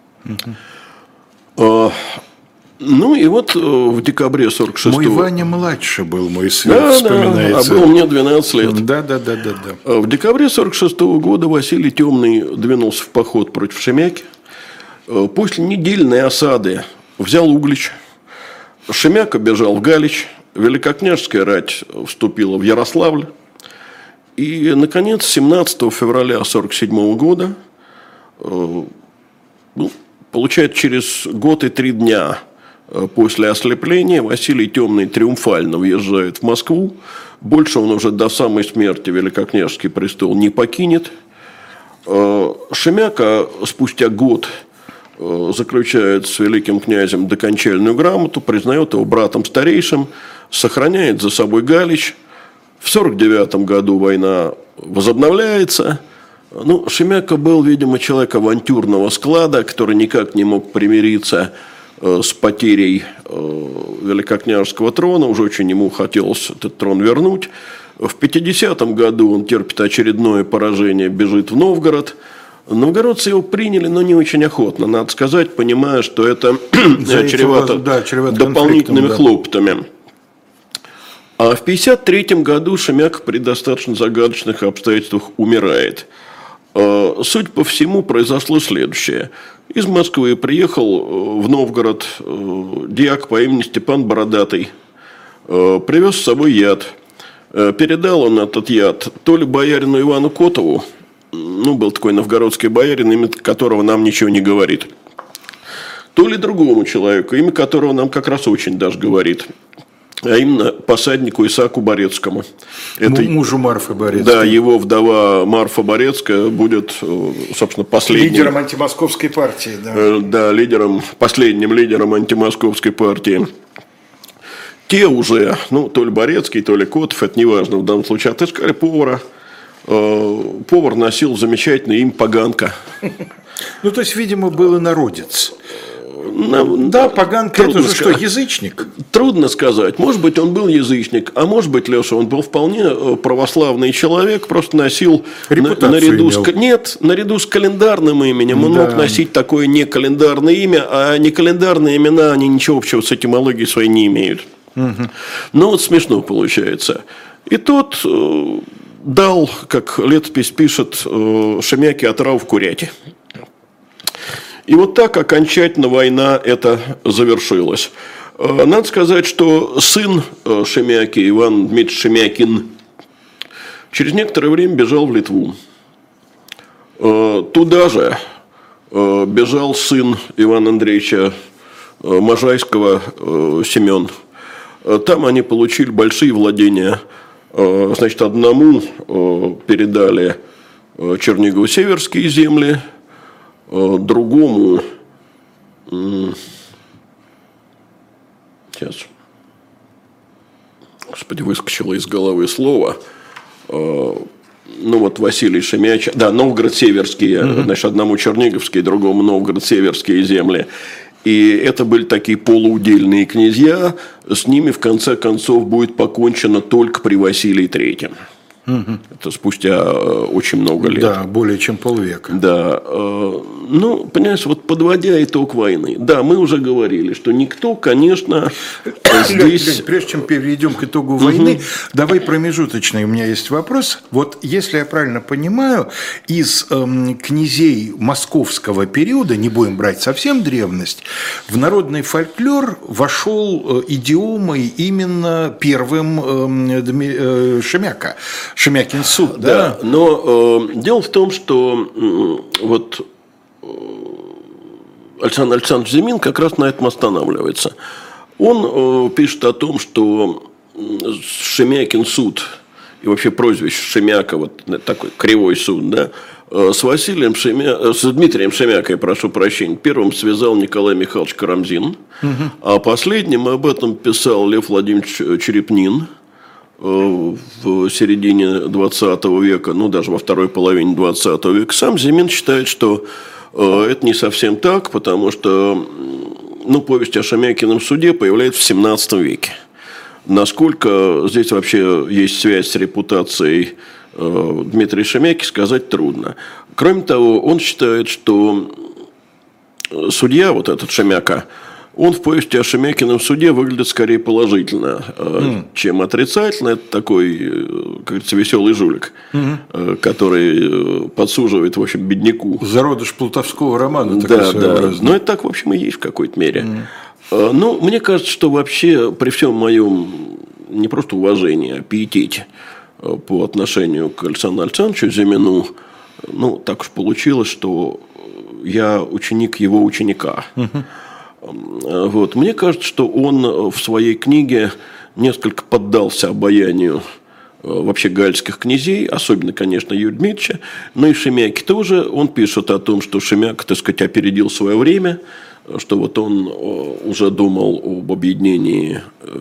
[SPEAKER 2] Э, Ну и вот в декабре сорок шестого...
[SPEAKER 1] Мой Ваня младше был, мой свет,
[SPEAKER 2] да,
[SPEAKER 1] вспоминается.
[SPEAKER 2] Да, а был мне двенадцать лет.
[SPEAKER 1] Да, да, да, да, да.
[SPEAKER 2] В декабре сорок шестого года Василий Темный двинулся в поход против Шемяки. После недельной осады взял Углич. Шемяка бежал в Галич. Великокняжеская рать вступила в Ярославль. И, наконец, семнадцатого февраля сорок седьмого года, ну, получается, через год и три дня после ослепления Василий Темный триумфально въезжает в Москву. Больше он уже до самой смерти Великокняжеский престол не покинет. Шемяка спустя год заключает с великим князем докончальную грамоту, признает его братом старейшим, сохраняет за собой Галич. В сорок девятом году война возобновляется. Ну, Шемяка был, видимо, человек авантюрного склада, который никак не мог примириться с потерей великокняжеского трона. Уже очень ему хотелось этот трон вернуть. В пятидесятом году он терпит очередное поражение, бежит в Новгород. Новгородцы его приняли, но не очень охотно, надо сказать, понимая, что это чревато, да, чревато дополнительными да. хлопотами. А в пятьдесят третьем году Шемяка при достаточно загадочных обстоятельствах умирает. Судя по всему, произошло следующее. Из Москвы приехал в Новгород дьяк по имени Степан Бородатый. Привез с собой яд. Передал он этот яд то ли боярину Ивану Котову, ну, был такой новгородский боярин, имя которого нам ничего не говорит, то ли другому человеку, имя которого нам как раз очень даже говорит. а именно посаднику Исааку Борецкому.
[SPEAKER 1] Это... Мужу Марфы Борецкой.
[SPEAKER 2] Да, его вдова Марфа Борецкая будет, собственно, последним...
[SPEAKER 1] Лидером антимосковской партии,
[SPEAKER 2] да. Да, лидером, последним лидером антимосковской партии. Те уже, ну, то ли Борецкий, то ли Котов, это не важно, в данном случае отыскали повара. Повар носил замечательное имя Поганка.
[SPEAKER 1] Ну, то есть, видимо, был инородец. Да, Поганка – это же что, язычник?
[SPEAKER 2] Трудно сказать. Может быть, он был язычник, а может быть, Леша, он был вполне православный человек, просто носил
[SPEAKER 1] репутацию
[SPEAKER 2] наряду с, нет, наряду с календарным именем. Он да. мог носить такое не календарное имя, а не календарные имена, они ничего общего с этимологией своей не имеют. Угу. Ну, вот смешно получается. И тот э, дал, как летопись пишет, э, Шемяке отраву в куряти. И вот так окончательно война эта завершилась. Надо сказать, что сын Шемяки, Иван Дмитриевич Шемякин, через некоторое время бежал в Литву. Туда же бежал сын Ивана Андреевича Можайского, Семен. Там они получили большие владения. Значит, одному передали Чернигово-Северские земли, другому, сейчас, господи, выскочило из головы слово, ну вот Василий Шемяч, да, Новгород-Северские, uh-huh. значит, одному Черниговские, другому Новгород-Северские земли. И это были такие полуудельные князья, с ними в конце концов будет покончено только при Василии Третьем. Угу. Это спустя очень много лет.
[SPEAKER 1] Да, более чем полвека.
[SPEAKER 2] Да. Ну, понимаешь, вот подводя итог войны. Да, мы уже говорили, что никто, конечно, здесь...
[SPEAKER 1] Лень, прежде чем перейдем к итогу угу. войны, давай промежуточный. У меня есть вопрос. Вот, если я правильно понимаю, из эм, князей московского периода, не будем брать совсем древность, в народный фольклор вошел э, идиомой именно первым э, э, Шемяка. Шемякин суд, да?
[SPEAKER 2] Да, но э, дело в том, что э, вот э, Александр Александрович Зимин как раз на этом останавливается. Он э, пишет о том, что Шемякин суд и вообще прозвище Шемяка, вот такой кривой суд, да, э, с Василием Шемя... с Дмитрием Шемякой, прошу прощения, первым связал Николай Михайлович Карамзин, угу. а последним об этом писал Лев Владимирович Черепнин в середине двадцатого века, ну даже во второй половине двадцатого века. Сам Зимин считает, что это не совсем так, потому что ну, повесть о Шемякином суде появляется в семнадцатом веке. Насколько здесь вообще есть связь с репутацией Дмитрия Шемяки, сказать трудно. Кроме того, он считает, что судья, вот этот Шемяка, он в повести о Шемякином суде выглядит скорее положительно, mm. чем отрицательно. Это такой, как говорится, веселый жулик, mm-hmm. который подсуживает, в общем, бедняку.
[SPEAKER 1] Зародыш плутовского романа.
[SPEAKER 2] Да, да. Но это так, в общем, и есть в какой-то мере. Mm. Ну, мне кажется, что вообще при всем моем не просто уважении, а пиетете по отношению к Александру Александровичу Зимину, ну, так уж получилось, что я ученик его ученика. Mm-hmm. Вот. Мне кажется, что он в своей книге несколько поддался обаянию вообще галицких князей, особенно, конечно, Юрия Дмитриевича, но и Шемяки тоже. Он пишет о том, что Шемяк, так сказать, опередил свое время, что вот он уже думал об объединении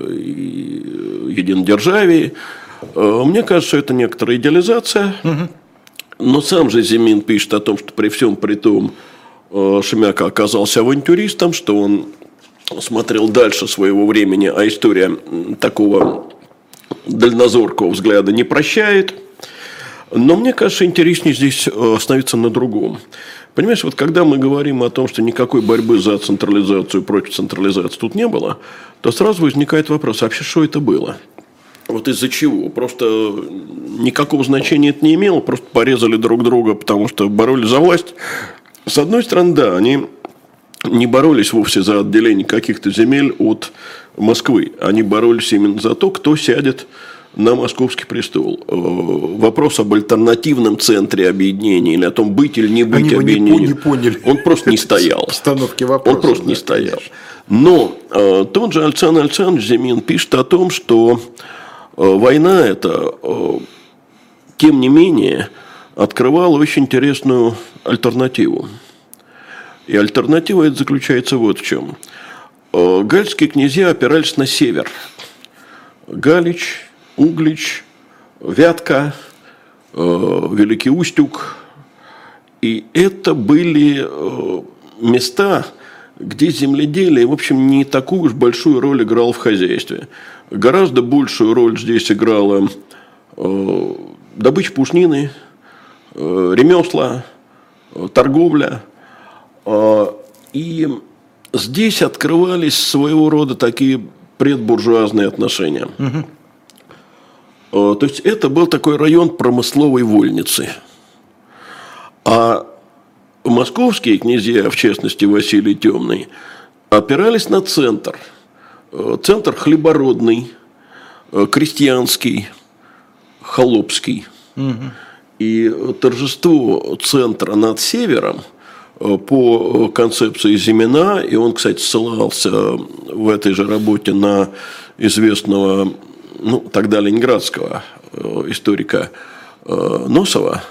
[SPEAKER 2] и единодержавии. Мне кажется, что это некоторая идеализация, но сам же Зимин пишет о том, что при всем при том, Шемяка оказался авантюристом, что он смотрел дальше своего времени, а история такого дальнозоркого взгляда не прощает. Но мне кажется, интереснее здесь остановиться на другом. Понимаешь, вот когда мы говорим о том, что никакой борьбы за централизацию, против централизации тут не было, то сразу возникает вопрос, а вообще что это было? Вот из-за чего? Просто никакого значения это не имело, просто порезали друг друга, потому что боролись за власть. С одной стороны, да, они не боролись вовсе за отделение каких-то земель от Москвы. Они боролись именно за то, кто сядет на московский престол. Вопрос об альтернативном центре объединения или о том, быть или не быть объединением,
[SPEAKER 1] не поняли.
[SPEAKER 2] Он просто не стоял.
[SPEAKER 1] Постановки вопроса.
[SPEAKER 2] Он просто не стоял. Но э, тот же Александр Александрович Зимин пишет о том, что э, война эта, э, тем не менее, открывала очень интересную альтернативу. И альтернатива эта заключается вот в чем. Э, галицкие князья опирались на север. Галич, Углич, Вятка, э, Великий Устюг. И это были э, места, где земледелие, в общем, не такую уж большую роль играло в хозяйстве. Гораздо большую роль здесь играла э, добыча пушнины, э, ремесла, э, торговля. Э, и здесь открывались своего рода такие предбуржуазные отношения. Угу. Э, то есть, это был такой район промысловой вольницы. А московские князья, в частности Василий Темный, опирались на центр. Центр хлебородный, крестьянский, холопский. Угу. И торжество центра над севером по концепции Зимина, и он, кстати, ссылался в этой же работе на известного, ну, тогда ленинградского историка Носова,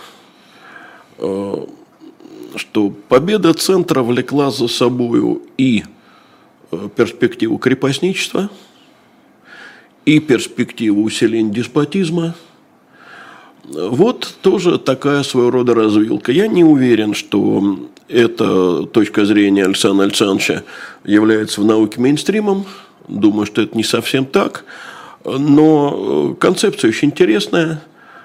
[SPEAKER 2] что победа центра влекла за собою и перспективу крепостничества, и перспективу усиления деспотизма. Вот тоже такая своего рода развилка. Я не уверен, что эта точка зрения Александра Александровича является в науке мейнстримом. Думаю, что это не совсем так. Но концепция очень интересная.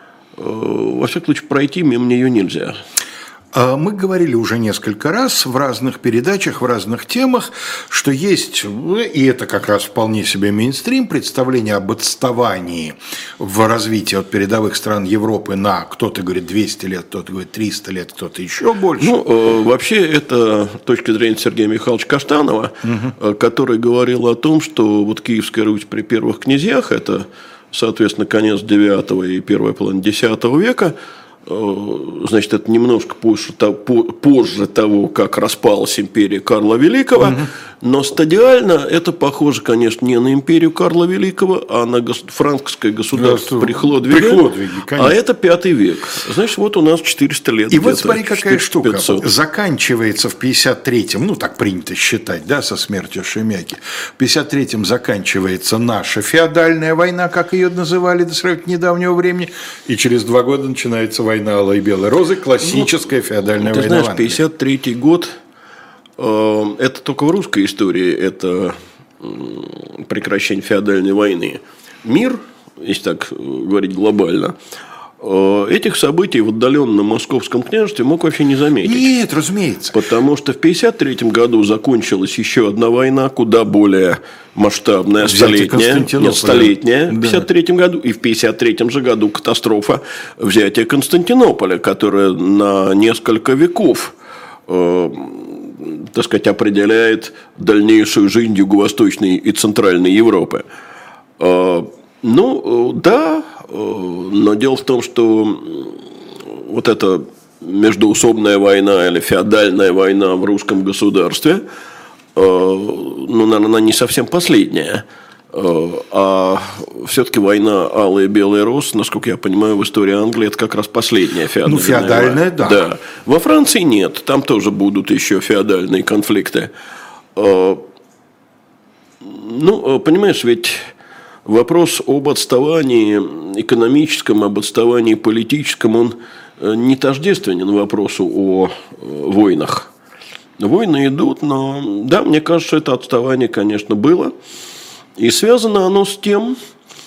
[SPEAKER 2] Во всяком случае, пройти мимо нее нельзя.
[SPEAKER 1] Мы говорили уже несколько раз в разных передачах, в разных темах, что есть, и это как раз вполне себе мейнстрим, представление об отставании в развитии от передовых стран Европы на, кто-то говорит, двести лет, кто-то говорит, триста лет, кто-то еще больше.
[SPEAKER 2] Ну, э, вообще, это точка зрения Сергея Михайловича Каштанова, угу. который говорил о том, что вот Киевская Русь при первых князьях, это, соответственно, конец девятого и первая половина десятого века, значит, это немножко позже, позже того, как распалась империя Карла Великого, угу. но стадиально это похоже, конечно, не на империю Карла Великого, а на гос... франкское государство при Хлодвиге, при Хлодвиге, а это пятый век. Значит, вот у нас четыреста лет.
[SPEAKER 1] И вот смотри, какая штука. Заканчивается в пятьдесят третьем, ну, так принято считать, да, со смертью Шемяки, в пятьдесят третьем заканчивается наша феодальная война, как ее называли до сравнительно недавнего времени, и через два года начинается война. Война Алой и Белой Розы, классическая ну, феодальная
[SPEAKER 2] ты
[SPEAKER 1] война.
[SPEAKER 2] Ты знаешь, пятьдесят третий год, э, это только в русской истории, это э, прекращение феодальной войны. Мир, если так говорить глобально, э, этих событий в отдаленном московском княжестве мог вообще не заметить.
[SPEAKER 1] Нет, разумеется.
[SPEAKER 2] Потому что в пятьдесят третьем году закончилась еще одна война, куда более масштабная, столетняя, нет, столетняя, да. в пятьдесят третьем году, и в пятьдесят третьем же году катастрофа взятия Константинополя, которая на несколько веков, э, так сказать, определяет дальнейшую жизнь Юго-Восточной и Центральной Европы. Э, ну, да, э, но дело в том, что вот эта междоусобная война или феодальная война в русском государстве, ну, наверное, она не совсем последняя. А все-таки война Алой и Белой Роз, насколько я понимаю, в истории Англии это как раз последняя феодальная.
[SPEAKER 1] Ну, феодальная, да.
[SPEAKER 2] да. Во Франции нет, там тоже будут еще феодальные конфликты. Ну, понимаешь, ведь вопрос об отставании экономическом, об отставании политическом, он не тождественен вопросу о войнах. Войны идут, но да, мне кажется, что это отставание, конечно, было. И связано оно с тем,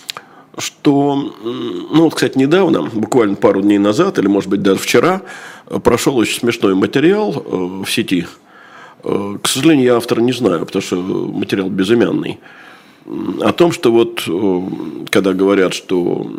[SPEAKER 2] что, ну вот, кстати, недавно, буквально пару дней назад, или, может быть, даже вчера, прошел очень смешной материал в сети. К сожалению, я автора не знаю, потому что материал безымянный. О том, что вот, когда говорят, что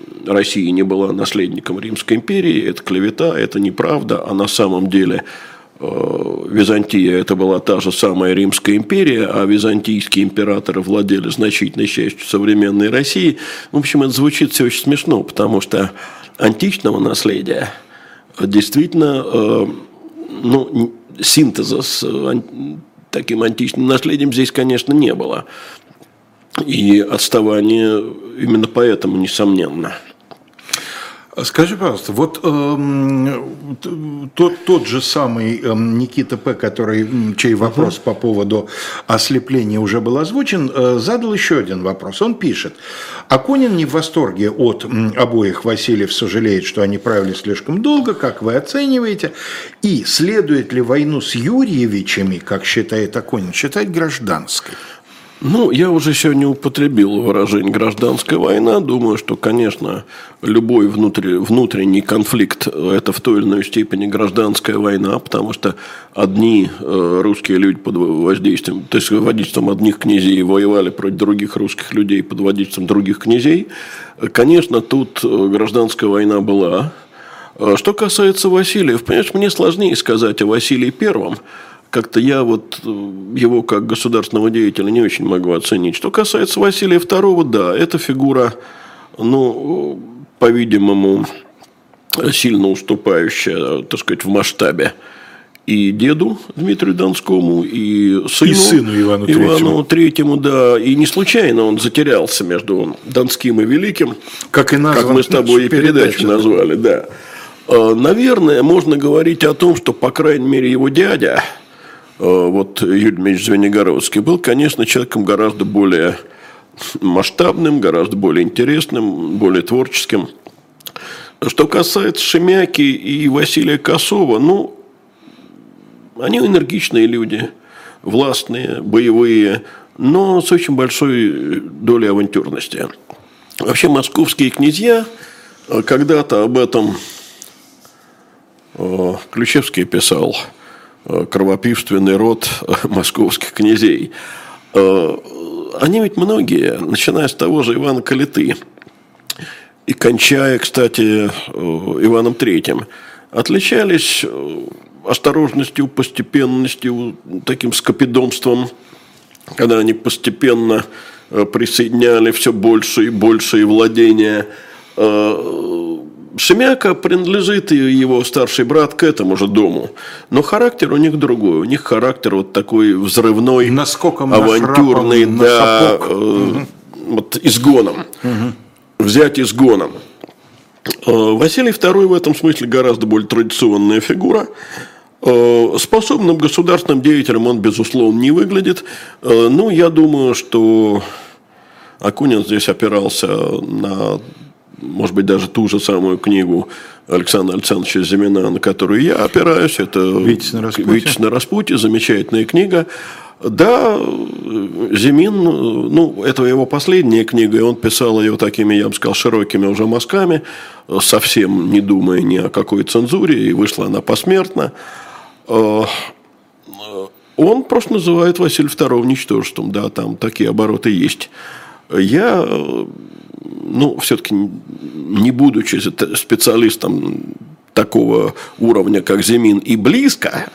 [SPEAKER 2] Россия не была наследником Римской империи, это клевета, это неправда, а на самом деле Византия – это была та же самая Римская империя, а византийские императоры владели значительной частью современной России. В общем, это звучит все очень смешно, потому что античного наследия действительно, ну, синтеза с таким античным наследием здесь, конечно, не было. И отставание именно поэтому несомненно.
[SPEAKER 1] Скажи, пожалуйста, вот э, тот, тот же самый э, Никита П., который, чей вопрос по поводу ослепления уже был озвучен, э, задал еще один вопрос. Он пишет: Акунин не в восторге от м, обоих Васильев, сожалеет, что они правили слишком долго, как вы оцениваете, и следует ли войну с Юрьевичами, как считает Акунин, считать гражданской?
[SPEAKER 2] Ну, я уже сегодня употребил выражение «гражданская война». Думаю, что, конечно, любой внутри, внутренний конфликт – это в той или иной степени гражданская война, потому что одни э, русские люди под воздействием, то есть водительством одних князей воевали против других русских людей под водительством других князей. Конечно, тут гражданская война была. Что касается Василия, понимаешь, мне сложнее сказать о Василии Первом. Как-то я вот его как государственного деятеля не очень могу оценить. Что касается Василия Второго, да, это фигура, ну, по-видимому, сильно уступающая, так сказать, в масштабе и деду Дмитрию Донскому, и сыну,
[SPEAKER 1] и сыну Ивану Третьему.
[SPEAKER 2] Ивану Третьему, да. И не случайно он затерялся между Донским и Великим,
[SPEAKER 1] как, и назван,
[SPEAKER 2] как мы с тобой и передачу назвали, да. Наверное, можно говорить о том, что, по крайней мере, его дядя, вот Юрий Дмитриевич Звенигородский, был, конечно, человеком гораздо более масштабным, гораздо более интересным, более творческим. Что касается Шемяки и Василия Косова, ну, они энергичные люди, властные, боевые, но с очень большой долей авантюрности. Вообще, московские князья, когда-то об этом Ключевский писал, кровопивственный род московских князей. Они ведь многие, начиная с того же Ивана Калиты и кончая, кстати, Иваном Третьим, отличались осторожностью, постепенностью, таким скопидомством, когда они постепенно присоединяли все больше и больше владения. Шемяка принадлежит, и его старший брат, к этому же дому. Но характер у них другой. У них характер вот такой взрывной,
[SPEAKER 1] наскоком,
[SPEAKER 2] авантюрный,
[SPEAKER 1] нахрапом,
[SPEAKER 2] да, э, вот изгоном. Угу. Взять изгоном. Василий Второй в этом смысле гораздо более традиционная фигура. Способным государственным деятелем он, безусловно, не выглядит. Ну, я думаю, что Акунин здесь опирался на, может быть, даже ту же самую книгу Александра Александровича Зимина, на которую я опираюсь. Это
[SPEAKER 1] «Витязь на распутье».
[SPEAKER 2] «Витязь на распутье», замечательная книга. Да, Зимин, ну, это его последняя книга, и он писал ее такими, я бы сказал, широкими уже мазками, совсем не думая ни о какой цензуре, и вышла она посмертно. Он просто называет Василия Второго ничтожеством, да, там такие обороты есть. Я, ну, все-таки не будучи специалистом такого уровня, как Зимин, и близко,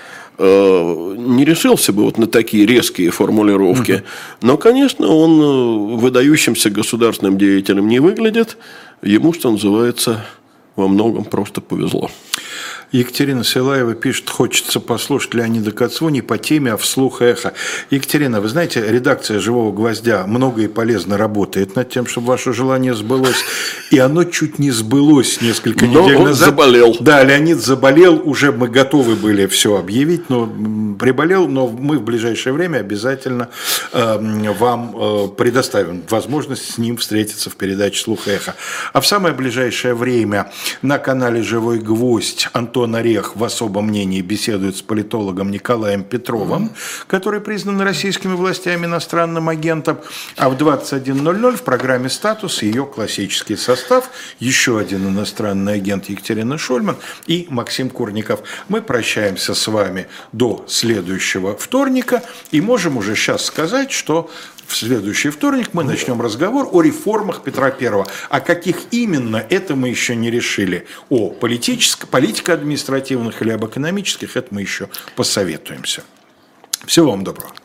[SPEAKER 2] не решился бы вот на такие резкие формулировки. Uh-huh. Но, конечно, он выдающимся государственным деятелем не выглядит. Ему, что называется, во многом просто повезло.
[SPEAKER 1] Екатерина Силаева пишет: хочется послушать Леонида Кацу не по теме, а вслух эхо. Екатерина, вы знаете, редакция «Живого гвоздя» много и полезно работает над тем, чтобы ваше желание сбылось. И оно чуть не сбылось несколько
[SPEAKER 2] но
[SPEAKER 1] недель
[SPEAKER 2] он
[SPEAKER 1] назад.
[SPEAKER 2] заболел.
[SPEAKER 1] Да, Леонид заболел, уже мы готовы были все объявить, но приболел, но мы в ближайшее время обязательно э, вам э, предоставим возможность с ним встретиться в передаче «Вслух эхо». А в самое ближайшее время на канале «Живой гвоздь» Антон Орех в особом мнении беседует с политологом Николаем Петровым, который признан российскими властями иностранным агентом. А в двадцать один ноль ноль в программе «Статус» ее классический состав, еще один иностранный агент Екатерина Шульман и Максим Курников. Мы прощаемся с вами до следующего вторника и можем уже сейчас сказать, что в следующий вторник мы начнем разговор о реформах Петра Первого. А каких именно, это мы еще не решили. О политических, политико-административных или об экономических, это мы еще посоветуемся. Всего вам доброго.